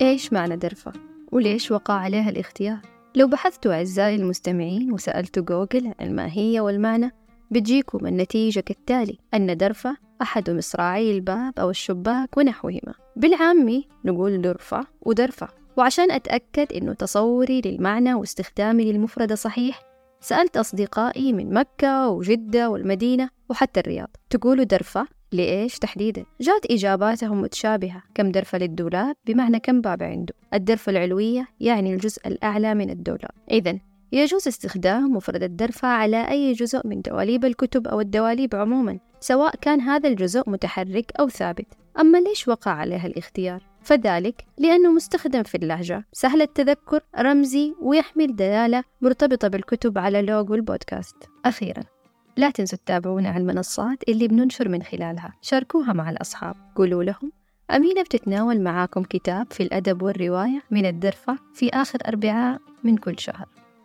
إيش معنى درفة؟ وليش وقع عليها الاختيار؟ لو بحثتوا أعزائي المستمعين وسألتوا جوجل عن ما هي والمعنى، بتجيكم النتيجة كالتالي: أن درفة أحد مصراعي الباب أو الشباك ونحوهما. بالعامي نقول درفة ودرفة. وعشان أتأكد إنه تصوري للمعنى واستخدامي للمفردة صحيح، سألت أصدقائي من مكة وجدة والمدينة وحتى الرياض، تقولوا درفة لإيش تحديداً؟ جات إجاباتهم متشابهة: كم درفة للدولاب بمعنى كم باب عنده. الدرفة العلوية يعني الجزء الأعلى من الدولاب. إذن يجوز استخدام مفردة درفة على أي جزء من دواليب الكتب أو الدواليب عموماً، سواء كان هذا الجزء متحرك أو ثابت. أما ليش وقع عليها الاختيار؟ فذلك لأنه مستخدم في اللهجة، سهل التذكر، رمزي، ويحمل دلالة مرتبطة بالكتب على لوجو البودكاست. أخيراً، لا تنسوا تتابعونا على المنصات اللي بننشر من خلالها، شاركوها مع الأصحاب، قولوا لهم أمينة بتتناول معاكم كتاب في الأدب والرواية من الدرفة في آخر 4 من كل شهر.